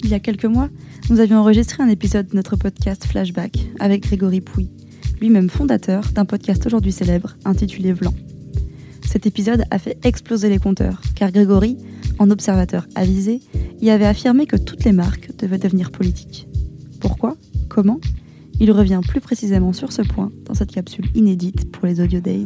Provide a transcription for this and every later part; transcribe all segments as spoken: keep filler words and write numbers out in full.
Il y a quelques mois, nous avions enregistré un épisode de notre podcast Flashback avec Grégory Pouy, lui-même fondateur d'un podcast aujourd'hui célèbre intitulé Vlan. Cet épisode a fait exploser les compteurs, car Grégory, en observateur avisé, y avait affirmé que toutes les marques devaient devenir politiques. Pourquoi ? Comment ? Il revient plus précisément sur ce point dans cette capsule inédite pour les Audio Days.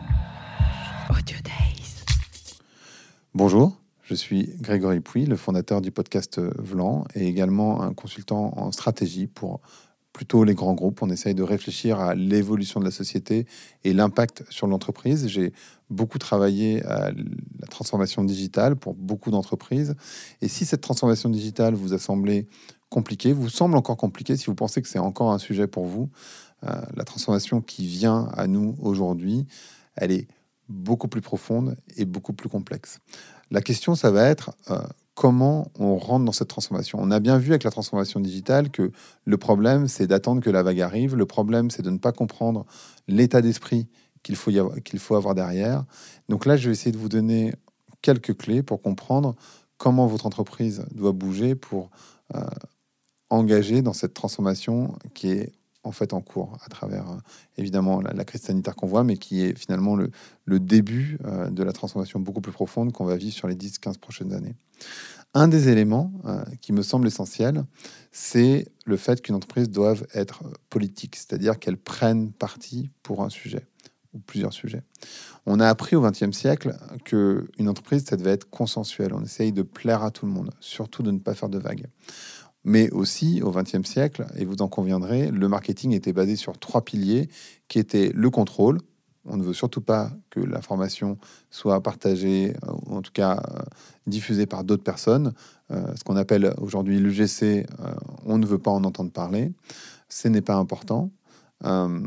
Audio Days. Bonjour, je suis Grégory Pouy, le fondateur du podcast Vlan et également un consultant en stratégie pour plutôt les grands groupes. On essaye de réfléchir à l'évolution de la société et l'impact sur l'entreprise. J'ai beaucoup travaillé à la transformation digitale pour beaucoup d'entreprises. Et si cette transformation digitale vous a semblé compliquée, vous semble encore compliquée, si vous pensez que c'est encore un sujet pour vous, euh, la transformation qui vient à nous aujourd'hui, elle est beaucoup plus profonde et beaucoup plus complexe. La question, ça va être euh, comment on rentre dans cette transformation. On a bien vu avec la transformation digitale que le problème, c'est d'attendre que la vague arrive. Le problème, c'est de ne pas comprendre l'état d'esprit qu'il faut, y avoir, qu'il faut avoir derrière. Donc là, je vais essayer de vous donner quelques clés pour comprendre comment votre entreprise doit bouger pour euh, engager dans cette transformation qui est en fait en cours à travers euh, évidemment la, la crise sanitaire qu'on voit, mais qui est finalement le, le début euh, de la transformation beaucoup plus profonde qu'on va vivre sur les dix quinze prochaines années. Un des éléments euh, qui me semble essentiel, c'est le fait qu'une entreprise doive être politique, c'est-à-dire qu'elle prenne parti pour un sujet ou plusieurs sujets. On a appris au vingtième siècle qu'une entreprise, ça devait être consensuel. On essaye de plaire à tout le monde, surtout de ne pas faire de vagues. Mais aussi, au vingtième siècle, et vous en conviendrez, le marketing était basé sur trois piliers qui étaient le contrôle. On ne veut surtout pas que l'information soit partagée, ou en tout cas euh, diffusée par d'autres personnes. Euh, ce qu'on appelle aujourd'hui l'U G C, euh, on ne veut pas en entendre parler. Ce n'est pas important. Euh,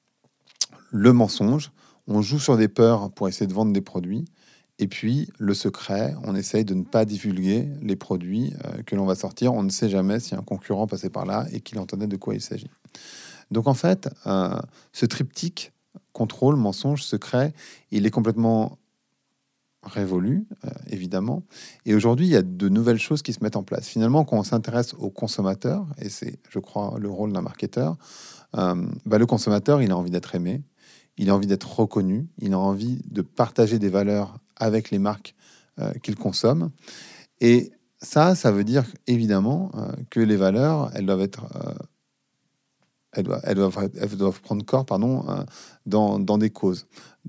le mensonge, on joue sur des peurs pour essayer de vendre des produits. Et puis, le secret, on essaye de ne pas divulguer les produits euh, que l'on va sortir. On ne sait jamais si un concurrent passait par là et qu'il entendait de quoi il s'agit. Donc, en fait, euh, ce triptyque, contrôle, mensonge, secret, il est complètement révolu, euh, évidemment. Et aujourd'hui, il y a de nouvelles choses qui se mettent en place. Finalement, quand on s'intéresse au consommateur, et c'est, je crois, le rôle d'un marketeur, euh, bah, le consommateur, il a envie d'être aimé, il a envie d'être reconnu, il a envie de partager des valeurs avec les marques euh, qu'il consomme. Et ça, ça veut dire évidemment euh, que les valeurs, elles doivent être, euh, elles, doivent, elles, doivent, elles doivent prendre corps, pardon, euh, dans, dans des causes,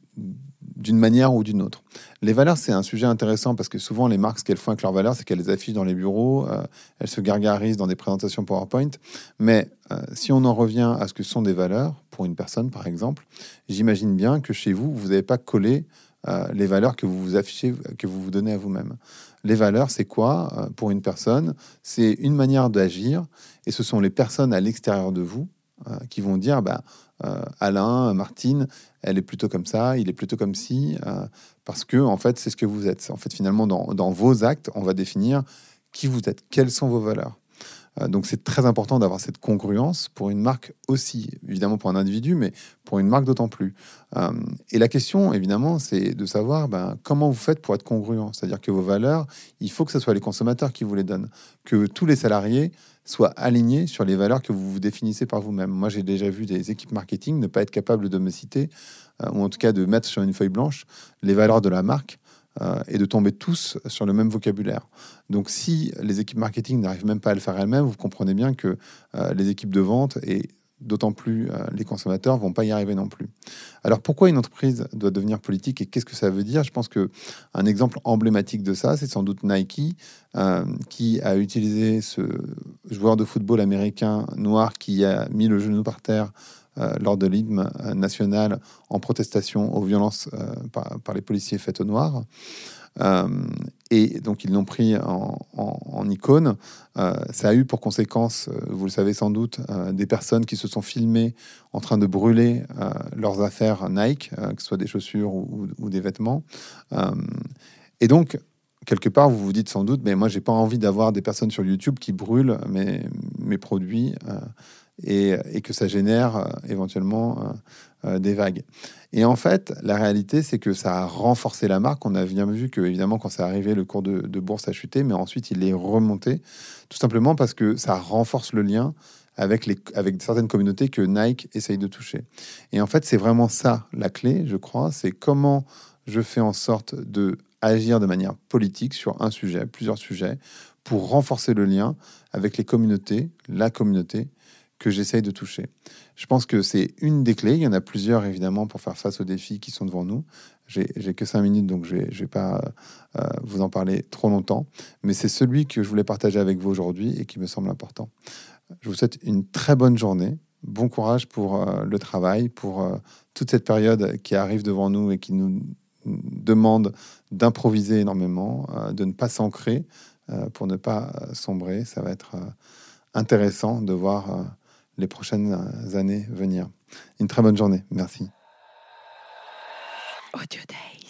d'une manière ou d'une autre. Les valeurs, c'est un sujet intéressant parce que souvent les marques, ce qu'elles font avec leurs valeurs, c'est qu'elles les affichent dans les bureaux, euh, elles se gargarisent dans des présentations PowerPoint. Mais euh, si on en revient à ce que sont des valeurs pour une personne, par exemple, j'imagine bien que chez vous, vous n'avez pas collé Euh, les valeurs que vous vous affichez, que vous vous donnez à vous-même. Les valeurs, c'est quoi euh, pour une personne ? C'est une manière d'agir, et ce sont les personnes à l'extérieur de vous euh, qui vont dire, bah, euh, Alain, Martine, elle est plutôt comme ça, il est plutôt comme ci, euh, parce que en fait, c'est ce que vous êtes. En fait, finalement, dans, dans vos actes, on va définir qui vous êtes, quelles sont vos valeurs. Donc, c'est très important d'avoir cette congruence pour une marque aussi, évidemment pour un individu, mais pour une marque d'autant plus. Euh, et la question, évidemment, c'est de savoir ben, comment vous faites pour être congruent. C'est-à-dire que vos valeurs, il faut que ce soit les consommateurs qui vous les donnent, que tous les salariés soient alignés sur les valeurs que vous vous définissez par vous-même. Moi, j'ai déjà vu des équipes marketing ne pas être capables de me citer, euh, ou en tout cas de mettre sur une feuille blanche les valeurs de la marque, Euh, et de tomber tous sur le même vocabulaire. Donc, si les équipes marketing n'arrivent même pas à le faire elles-mêmes, vous comprenez bien que euh, les équipes de vente et d'autant plus euh, les consommateurs vont pas y arriver non plus. Alors, pourquoi une entreprise doit devenir politique et qu'est-ce que ça veut dire ? Je pense que un exemple emblématique de ça, c'est sans doute Nike, euh, qui a utilisé ce joueur de football américain noir qui a mis le genou par terre Euh, lors de l'hymne national en protestation aux violences euh, par, par les policiers faites aux Noirs. Euh, et donc, ils l'ont pris en, en, en icône. Euh, ça a eu pour conséquence, euh, vous le savez sans doute, euh, des personnes qui se sont filmées en train de brûler euh, leurs affaires Nike, euh, que ce soit des chaussures ou, ou, ou des vêtements. Euh, et donc, quelque part, vous vous dites sans doute, mais moi, j'ai pas envie d'avoir des personnes sur YouTube qui brûlent mes, mes produits. Euh, et, et que ça génère euh, éventuellement euh, euh, des vagues. Et en fait, la réalité, c'est que ça a renforcé la marque. On a bien vu que, évidemment, quand c'est arrivé, le cours de, de bourse a chuté, mais ensuite, il est remonté, tout simplement parce que ça renforce le lien avec, les, avec certaines communautés que Nike essaye de toucher. Et en fait, c'est vraiment ça, la clé, je crois, c'est comment je fais en sorte de agir de manière politique sur un sujet, plusieurs sujets, pour renforcer le lien avec les communautés, la communauté que j'essaye de toucher. Je pense que c'est une des clés. Il y en a plusieurs, évidemment, pour faire face aux défis qui sont devant nous. J'ai, j'ai que cinq minutes, donc je ne vais, je vais pas euh, vous en parler trop longtemps. Mais c'est celui que je voulais partager avec vous aujourd'hui et qui me semble important. Je vous souhaite une très bonne journée. Bon courage pour euh, le travail, pour euh, toute cette période qui arrive devant nous et qui nous demande d'improviser énormément, euh, de ne pas s'ancrer euh, pour ne pas sombrer. Ça va être euh, intéressant de voir euh, les prochaines années venir. Une très bonne journée. Merci. Audio Day.